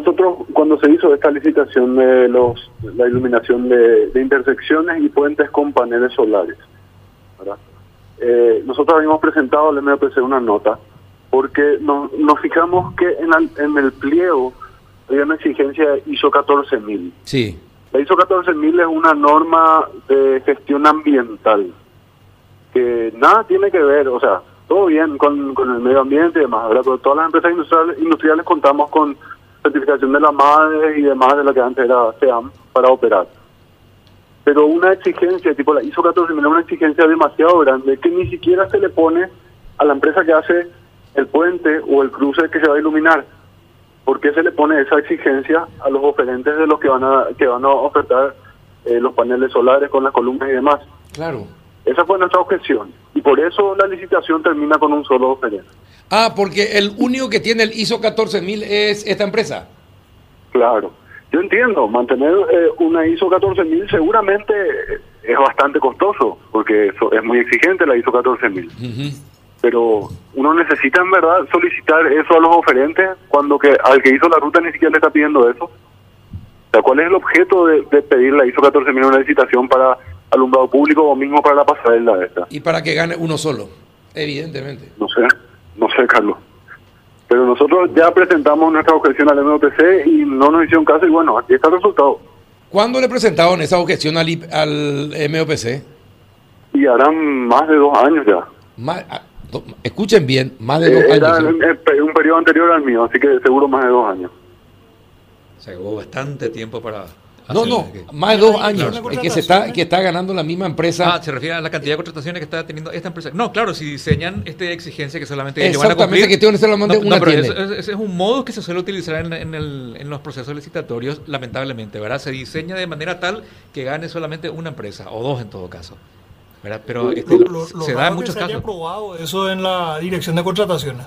nosotros cuando se hizo esta licitación de la iluminación de intersecciones y puentes con paneles solares, ¿verdad? Nosotros habíamos presentado al MOPC una nota porque nos fijamos que en el pliego había una exigencia de ISO 14000. Sí. La ISO 14000 es una norma de gestión ambiental que nada tiene que ver, o sea, todo bien con el medio ambiente y demás, ¿verdad? Pero todas las empresas industriales contamos con certificación de la MADE y demás de la que antes era SEAM para operar. Pero una exigencia tipo la ISO 14000 es una exigencia demasiado grande que ni siquiera se le pone a la empresa que hace el puente o el cruce que se va a iluminar. ¿Por qué se le pone esa exigencia a los oferentes de los que van a ofertar los paneles solares con las columnas y demás? Claro. Esa fue nuestra objeción. Y por eso la licitación termina con un solo oferente. Ah, porque el único que tiene el ISO 14000 es esta empresa. Claro. Yo entiendo, mantener una ISO 14000 seguramente es bastante costoso, porque es muy exigente la ISO 14000. Pero uno necesita en verdad solicitar eso a los oferentes cuando al que hizo la ruta ni siquiera le está pidiendo eso. O sea, ¿cuál es el objeto de pedir la ISO 14000 en una licitación para alumbrado público o mismo para la pasarela esta? Y para que gane uno solo, evidentemente. No sé, Carlos. Pero nosotros ya presentamos nuestra objeción al MOPC y no nos hicieron caso y bueno, aquí está el resultado. ¿Cuándo le presentaron esa objeción al MOPC? Y harán más de 2 años ya. Escuchen bien, más de 2 años. Era un periodo anterior al mío, así que seguro más de 2 años. Se llevó bastante tiempo para... más de 2 años. Es que está ganando la misma empresa. Se refiere a la cantidad de contrataciones que está teniendo esta empresa. No, claro, si diseñan esta exigencia que solamente ellos van a cumplir. Exactamente, que tiene solamente una pero tiene. Ese es un modo que se suele utilizar en los procesos licitatorios, lamentablemente, ¿verdad? Se diseña de manera tal que gane solamente una empresa, o 2 en todo caso, ¿verdad? Pero se da en muchos casos. ¿Se haya aprobado eso en la dirección de contrataciones?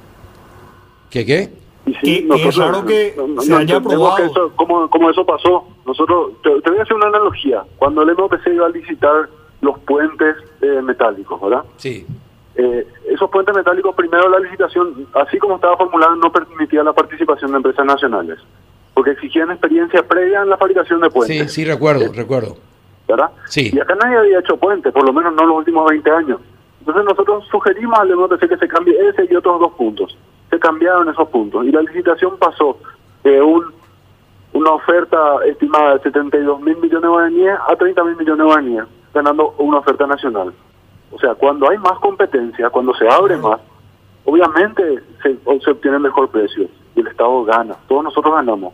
¿Qué? Sí, que es raro que se haya aprobado. Como eso pasó. Nosotros, te voy a hacer una analogía. Cuando el MOPC iba a licitar los puentes metálicos, ¿verdad? Sí. Esos puentes metálicos, primero la licitación, así como estaba formulada, no permitía la participación de empresas nacionales, porque exigían experiencia previa en la fabricación de puentes. Sí, recuerdo. ¿Verdad? Sí. Y acá nadie había hecho puentes, por lo menos no los últimos 20 años. Entonces nosotros sugerimos al MOPC que se cambie ese y otros 2 puntos. Se cambiaron esos puntos y la licitación pasó de una oferta estimada de 72.000 millones de guaraníes a 30.000 millones de guaraníes, ganando una oferta nacional. O sea, cuando hay más competencia, cuando se abre más, obviamente se obtiene mejor precio y el Estado gana. Todos nosotros ganamos.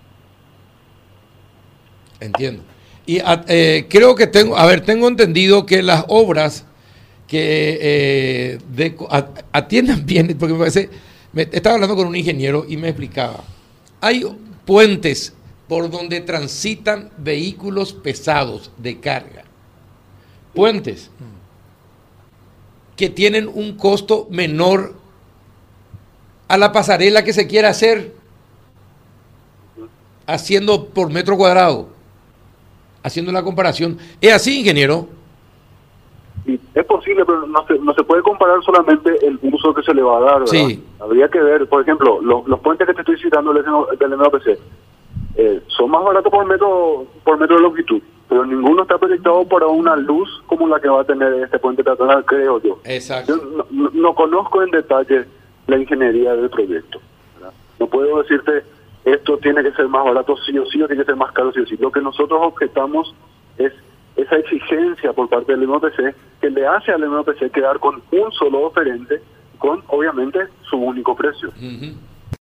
Entiendo. Y creo que tengo entendido que las obras que atiendan bien, porque me parece... Estaba hablando con un ingeniero y me explicaba. Hay puentes por donde transitan vehículos pesados de carga. Puentes que tienen un costo menor a la pasarela que se quiera hacer, haciendo por metro cuadrado, haciendo la comparación. ¿Es así, ingeniero? Sí, es posible, pero no se puede comparar solamente el uso que se le va a dar, ¿verdad? Sí. Habría que ver, por ejemplo, los puentes que te estoy citando del MOPC son más baratos por metro de longitud, pero ninguno está proyectado para una luz como la que va a tener este puente peatonal, creo yo. Exacto. Yo no conozco en detalle la ingeniería del proyecto, ¿verdad? No puedo decirte esto tiene que ser más barato sí o sí, o tiene que ser más caro sí o sí. Lo que nosotros objetamos es esa exigencia por parte del MOPC que le hace al MOPC quedar con un solo oferente, con obviamente su único precio.